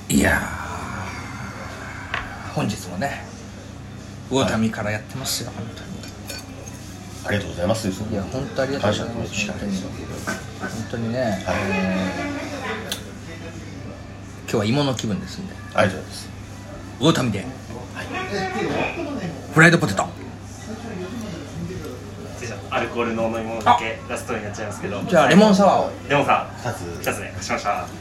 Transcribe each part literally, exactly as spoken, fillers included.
いやー本日もね魚民からやってますよ、はい、本当にありがとうございます。 いや本当ありがとうございます。本当に本当にね、はい、えー、今日は芋の気分ですんでありがとうございます。 魚民で、はい、フライドポテトアルコールの飲み物だけラストになっちゃいますけど、 じゃあレモンサワーをレモンサワーふたつふたつねしました、はい、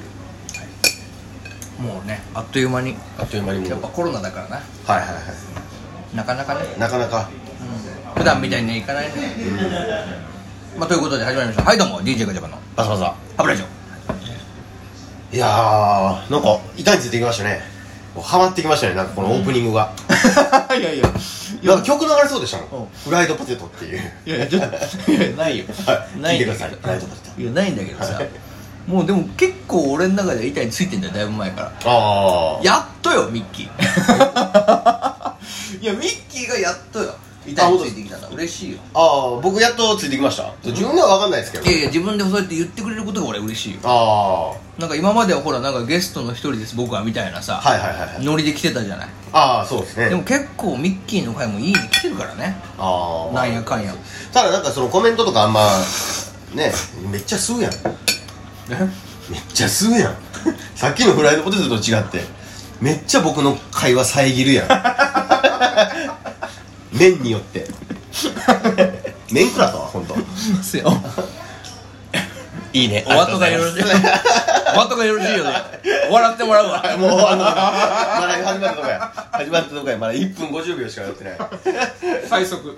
もうねあっという間にあっという間にもうやっぱコロナだからな、 はいはいはいなかなかねなかなか、 うん、普段みたいにはいかないね、うん、まあということで始まりました。はいどうも ディージェー ガチャバのバサバサハブラジオ。 いやーなんか板についてきましたね。ハマってきましたね、なんかこのオープニングが、 うん、いやいやなんか曲流れそうでしたもん、フライドポテトっていう。 いやいやちょっといやないよ聞いてください、フライドポテト。 いやないんだけどさもうでも結構俺の中で板についてんだよ、だいぶ前から。ああやっとよミッキーいやミッキーがやっとよ板についてきたんだ。嬉しいよ。 ああ僕やっとついてきました。自分では分かんないですけど、 いやいや自分でそうやって言ってくれることが俺嬉しいよ。 ああなんか今まではほらなんかゲストの一人です僕はみたいなさ、はいはいはい、はい、ノリで来てたじゃない。 ああそうですね。 でも結構ミッキーの回もいいに来てるからね。ああなんやかんや。 ただなんかそのコメントとかあんまねめっちゃ吸うやんめっちゃ吸うやんさっきのフライドポテトと違ってめっちゃ僕の会話遮るやん麺によって麺食らったわほんとすよいいね。 お後がよろしいお後がよろしいよね。笑ってもらうわもうあのまだ始まったとこや始まったとこやまだいっぷんごじゅうびょうしかやってない最速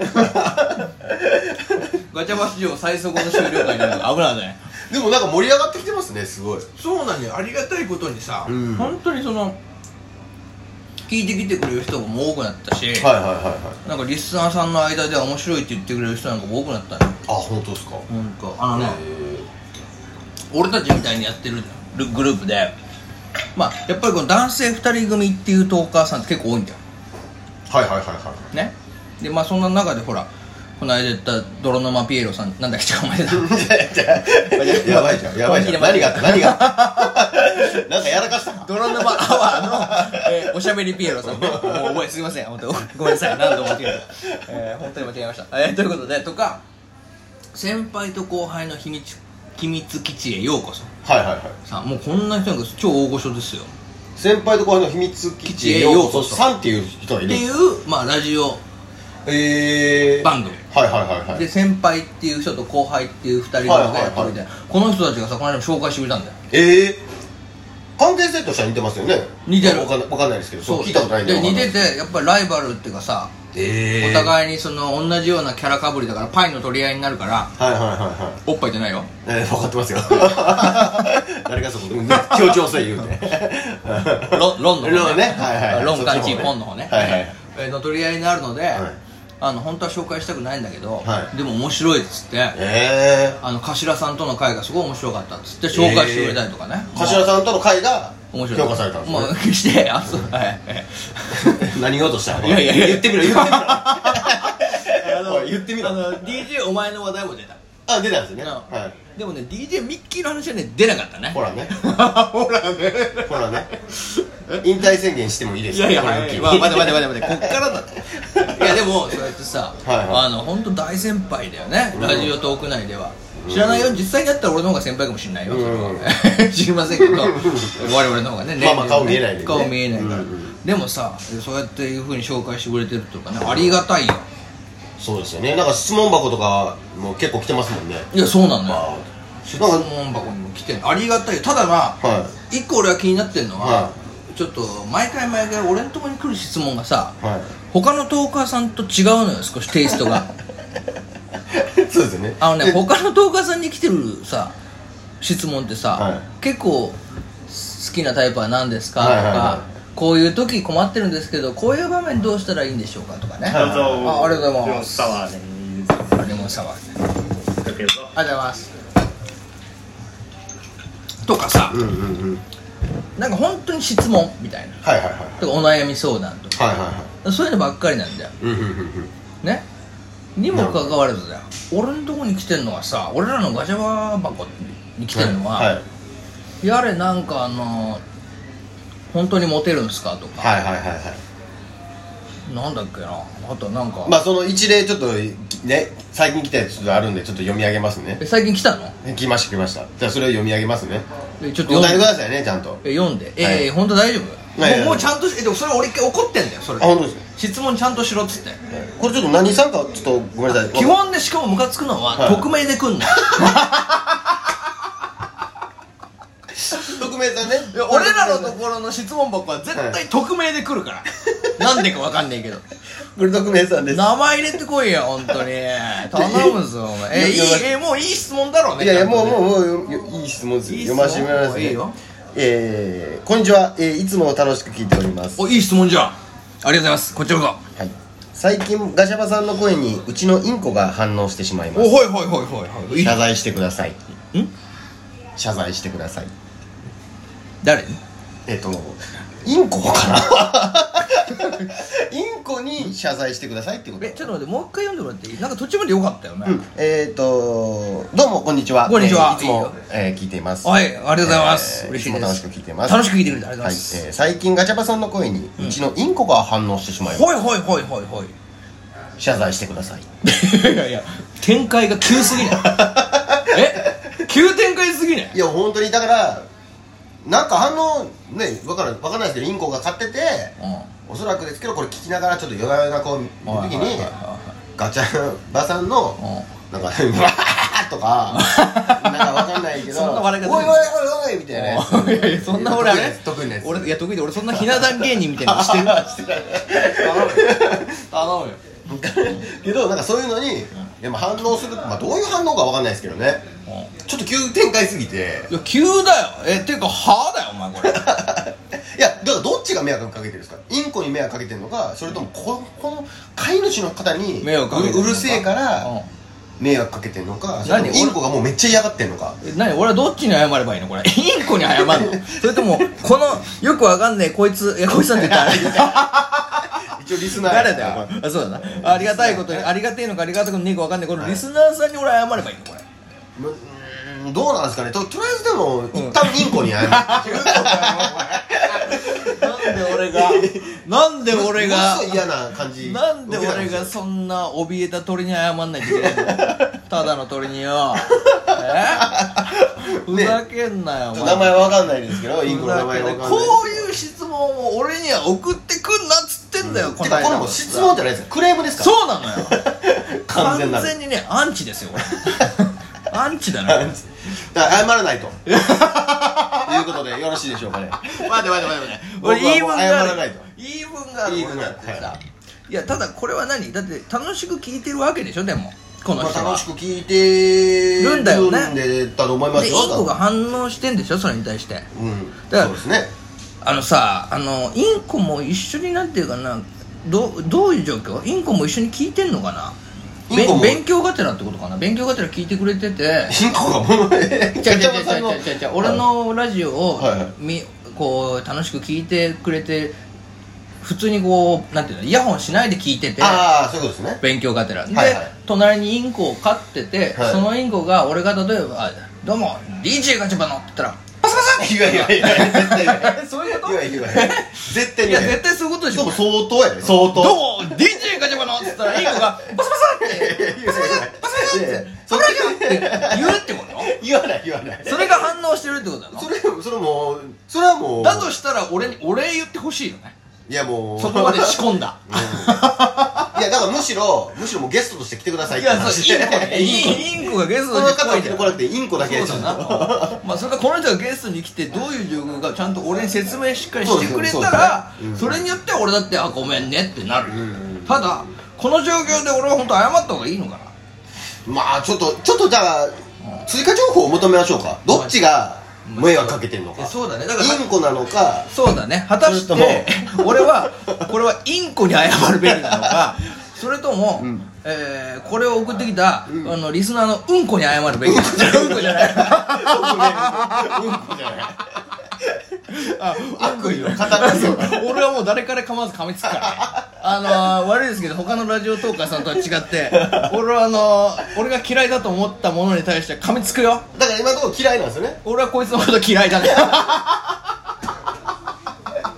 ガチャバ史上最速の終了回になるの危ないね。 でもなんか盛り上がってきてますね。すごいそうなんだよ。ありがたいことにさ、うん、本当にその聞いてきてくれる人も多くなったし、はいはいはいはい、なんかリスナーさんの間では面白いって言ってくれる人なんかも多くなったね。 あ、本当ですか。 なんかあのね俺たちみたいにやってるグループでまあやっぱりこの男性ふたり組っていうトーカーさんって結構多いんだよ。 はいはいはいはいね。でまあそんな中でほらこの間言った泥沼ピエロさんなんだっけ違うお前だやばいじゃんやばいじゃん何があった何があったなんかやらかしたか泥沼アワーの、えー、おしゃべりピエロさんねもう覚えすいません本当ごめんなさい何度も間違えた、えー、本当に間違えました、えー、ということでとか先輩と後輩の秘密秘密基地へようこそ。はいはいはいさあもうこんな人なんか超大御所ですよ。 先輩と後輩の秘密基地へようこそさんっていう人がいるっていうまあラジオえー、 番組、はいはいはいはい、で先輩っていう人と後輩っていうふたりがやってるみたいな、はいはいはい、この人たちがさこの間紹介してくれたんだよ。 ええー、関係性としては似てますよね。 似てる。 分かんない、分かんないですけどそう聞いたことないんで。 で似ててやっぱりライバルっていうかさ、えー、お互いにその同じようなキャラかぶりだからパイの取り合いになるから、はいはいはいはい、おっぱいじゃないよ。えー、分かってますよ誰がそこ協調性言うてロ, ロンの方ね、はいはいはい、ロンガンチーポンの方ね、はいはい、えー、の取り合いになるので、はい、あの本当は紹介したくないんだけど、はい、でも面白いっつって、えー、あの頭さんとの会がすごい面白かったっつって紹介してくれたりとかね、えー、 頭さんとの会が面白い評価されたんですね。 もう決してあそう、はい、 何言おうとしたの。 いやいやいや言ってみろ言ってみろあの言ってみろ。 あの ディージェー お前の話題も出た。 あ出たんですよね、はい、 でもね ディージェー ミッキーの話はね出なかったね。 ほらねほらねほらね引退宣言してもいいですか。 いやいや、はい、まあ、待て待て待て待てこっからだっていやでもそうやってさ、はいはい、あの本当大先輩だよね、うん、ラジオトーク内では知らないよ。実際にやったら俺の方が先輩かもしれないよ、うん、知りませんけど我々の方がねまあまあ顔見えないで、ね、 顔見えないから、うん、でもさそうやっていう風に紹介してくれてるとかねありがたいよ。 そうですよね。なんか質問箱とかも結構来てますもんね。 いやそうなのよ。質問箱にも来てるありがたいよ。ただまあ、はい、一個俺は気になってるのは、はい、ちょっと毎回毎回俺のところに来る質問がさ、はい、他のトーカーさんと違うのよ少しテイストがそうですよね。 あのね他のトーカーさんに来てるさ質問ってさ、はい、結構好きなタイプは何ですか、はいはいはい、とかこういう時困ってるんですけどこういう場面どうしたらいいんでしょうかとかね。 どうぞ。 あ、ありがとうございます。 レモンサワーでレモンサワーでありがとうございますとかさ、うんうんうん、なんか本当に質問みたいな、はいはいはい、とかお悩み相談とか、はいはいはい、そういうのばっかりなんだよ、うんうんうんうん、ねにもかかわらずだよ俺のとこに来てるのはさ俺らのガチャバ箱に来てるのは、はいはい、やれなんかあの本当にモテるんすかとか、 はいはいはいはい、 なんだっけな、あとなんかまあその一例ちょっとね最近来たやつあるんでちょっと読み上げますね。 え最近来たの？ 来ました来ました。じゃあそれを読み上げますね。 えちょっと読んで答えてくださいねちゃんと。 え読んでえ、はい、えー、本当大丈夫？はい、もうもうちゃんとえでもそれ俺一回怒ってんだよそれ。あ本当ですか？質問ちゃんとしろっつって、はい、 これちょっと何さんかちょっとごめんなさい。 基本でしかもムカつくのは、はい、匿名で来んの匿名さんね。 俺らのところの質問箱は絶対匿名で来るから、はい、なんでかわかんないけどこれ匿名さんです。 名前入れてこいよ本当に頼むぞお前。えいいえもういい質問だろうね。 いやいやもうもうもういい質問ですよ。読ませてもらいますね。いいよ。えー、こんにちは、えー、いつも楽しく聞いております。 おいい質問じゃん、ありがとうございます。こっちらこそ。はい。 最近ガシャバさんの声にうちのインコが反応してしまいます。 おはいはいはいはいはい。 謝罪してください。ん謝罪してください。 誰に？ えっとインコかなインコに謝罪してくださいってこと。 えちょっと待ってもう一回読んでもらっていい？なんか途中までよかったよね、 うん、えっ、ー、とどうもこんにちは。 こんにちは、 えー、いつもいい、えー、聞いています。 はいありがとうございます、えー、嬉しいです。 いつも楽しく聞いてます。 楽しく聞いてくれてありがとうございます、 はいえー、最近ガチャバさんの声にうちのインコが反応してしまいます。 はいはいはいはいはい謝罪してください。 いやいや展開が急すぎないえ急展開すぎない？ いや本当にだからなんか反応ね分から分かんないですけどインコが飼ってて、うん、おそらくですけどこれ聞きながらちょっと夜な夜なこう見るときにガチャバさんの、うん、なんか「わー」とかなんか分かんないけどそんな笑い方おいおいおいおいみたいなやつ。 いやいやそんな俺あれ得意なやつ。 俺いや得意で俺そんなひな壇芸人みたいなのしてるしてない頼むよけどなんかそういうのに、うん、反応する、まあ、どういう反応か分かんないですけどね、うん、ちょっと急展開すぎて。 いや急だよえっていうかはぁだよお前これいやだからどっちが迷惑かけてるんですか？インコに迷惑かけてるのかそれともこの、この飼い主の方に迷惑かけてるのか う, うるせえから迷惑かけてるのか、それともインコがもうめっちゃ嫌がってんのか。 何俺はどっちに謝ればいいのこれインコに謝るのそれともこのよくわかんねえこいついやこいつなんて言ったら一応リスナー誰だよこれ。あそうだなありがたいことにありがてえのかありがたくねえかわかんねえこのリスナーさんに俺謝ればいいのこれ。 うんどうなんですかね。 と, とりあえずでも、うん、一旦インコに謝るなんで俺がなんで俺が嫌な感じ。 なんで俺がそんな怯えた鳥に謝んないといけないのただの鳥によえふざけんなよ、 ね、名前わかんないですけどインコの名前わかんない。 こういう質問を俺には送ってくんなっつってんだよ、うん、 この間これも質問じゃないですかクレームですか。 そうなのよ完全な完全にねアンチですよアンチだねだから謝らないということでよろしいでしょうかね。 待って待って待って待って俺言い分がある謝らないと言い分がある言い分があってさ、はい、いやただこれは何だって楽しく聞いてるわけでしょ。でもこの人は、 まあ、楽しく聞いてるんだよね。 だと思いますよ。 でインコが反応してんでしょそれに対して、 うん、 だからそうですね。 あのさあのインコも一緒になんていうかな ど, どういう状況インコも一緒に聞いてんのかな。勉強がてらってことかな。勉強がてら聞いてくれててインコがものねちゃちゃちゃちゃちゃちゃ俺のラジオを、はいはい、みこう楽しく聞いてくれて普通にこうなんていうのイヤホンしないで聞いててああそういうことですね。 勉強がてらで、 はいはい、 隣にインコを飼ってて、はい、そのインコが俺が例えば「どうも ディージェー ガチャバの」って言ったらパサパサいやいやいや絶対言わそういうこと言わ言わ絶対にいや絶対そういうことでしょ。 でも相当やで相当どうも ディージェー ガチャバのって言ったらインコがパサパサってパサパサパサパサってそれって言うってこと言わない言わないそれが反応してるってことだの。 それそれもそれはもうだとしたら俺にお礼言ってほしいよね。 いやもうそこまで仕込んだ、うん、 いやだからむしろむしろもうゲストとして来てくださいって話で。 いやそうインコがゲストに来てこなくてインコだけそうだなまあそれからこの人がゲストに来てどういう状況かちゃんと俺に説明しっかりしてくれたら そ, う そ, う そ, う、うん、それによっては俺だってあごめんねってなる、うん、ただこの状況で俺は本当謝った方がいいのかな。 まあちょっとちょっとじゃあ追加情報を求めましょうか。どっちが迷惑かけてんのか。 そうだね。だからインコなのか。 そうだね。果たして俺はこれはインコに謝るべきなのかそれとも、うんえー、これを送ってきた、うん、あのリスナーのうんこに謝るべきなのか。うんこじゃないうんこじゃないあ悪意の方ですよ俺はもう誰から構わず噛みつくからあのー、悪いですけど他のラジオトーカーさんとは違って俺はあのー、俺が嫌いだと思ったものに対して噛みつくよ。 だから今のところ嫌いなんですよね。 俺はこいつのこと嫌いだね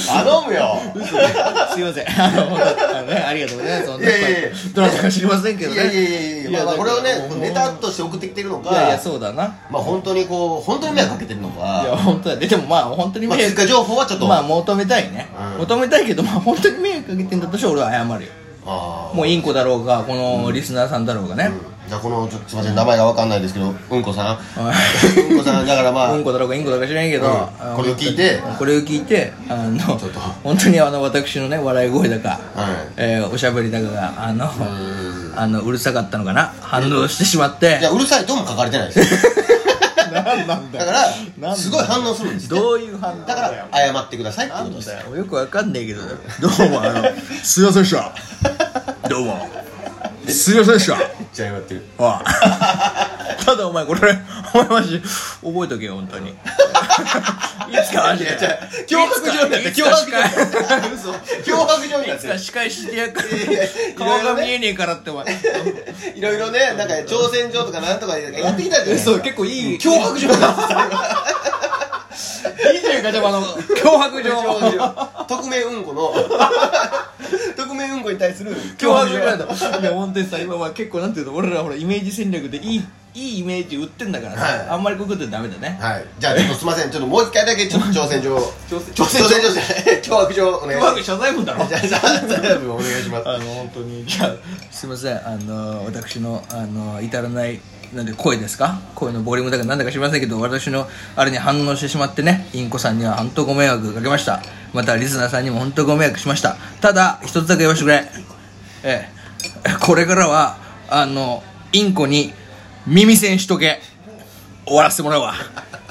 頼むよすいません、あの本当あの、ね、ありがとうございます。いやいやいや、どなたか知りませんけどね。 いやいやいやいや、まあこれをねネタとして送ってきてるのか、 いやいやそうだな、 まあ本当にこう本当に迷惑かけてるのか、 いや本当だね。でもまあ本当に迷惑、 まあ、追加情報はちょっとまあ求めたいね、うん、求めたいけど、まあ本当に迷惑かけてんだとして俺は謝るよ。あ、もうインコだろうがこのリスナーさんだろうがね、 うん、じゃあこのちょっとすいません名前が分かんないですけど、うんこさんうんこさんだからまあうんこだろうかインコだろうか知らんけど、 うん、これを聞いてこれを聞いてあの本当にあの私のね笑い声だか、はい、えー、おしゃべりだかがあのあのうるさかったのかな、反応してしまって。 いやうるさいとも書かれてないですよなんなんだよ、 だからすごい反応するんです、 ね、どういう反応だから謝ってくださいってことです。 よくわかんないけど、どうもあのすいませんでしたどうもすいませんでした。めっちゃ謝ってる。 ああただお前これお前マジ覚えとけよ本当にいつかマジで脅迫状になって脅迫状になって嘘脅迫状になっていつか仕返ししてやっから顔が見えねえからってお前いろいろね、なんか挑戦状とかなんとかやってきたじゃないですか。 そう結構いい脅迫状になっていいじゃんか、でもあの脅迫状匿名うんこの匿名うんこに対する脅迫状なんだ。いや本当にさ、今は結構なんていうの、俺らほらイメージ戦略でいいいいイメージ売ってんだからさ、はい、あんまりこういうことでダメだね。 はい、じゃあちょっとすいません、ちょっともう一回だけちょっと挑戦状挑戦状じゃない脅迫状お願いします。 脅迫謝罪文だろ。 じゃあ謝罪文お願いします。 あの本当にじゃあすいません、あの私のあの至らないなんで声ですか、声のボリュームだかなんだか知りませんけど、私のあれに反応してしまってね、インコさんには本当ご迷惑かけました。またリスナーさんにも本当ご迷惑しました。ただ一つだけ言わせてくれ、ええ、これからはあのインコに耳栓しとけ、終わらせてもらうわ。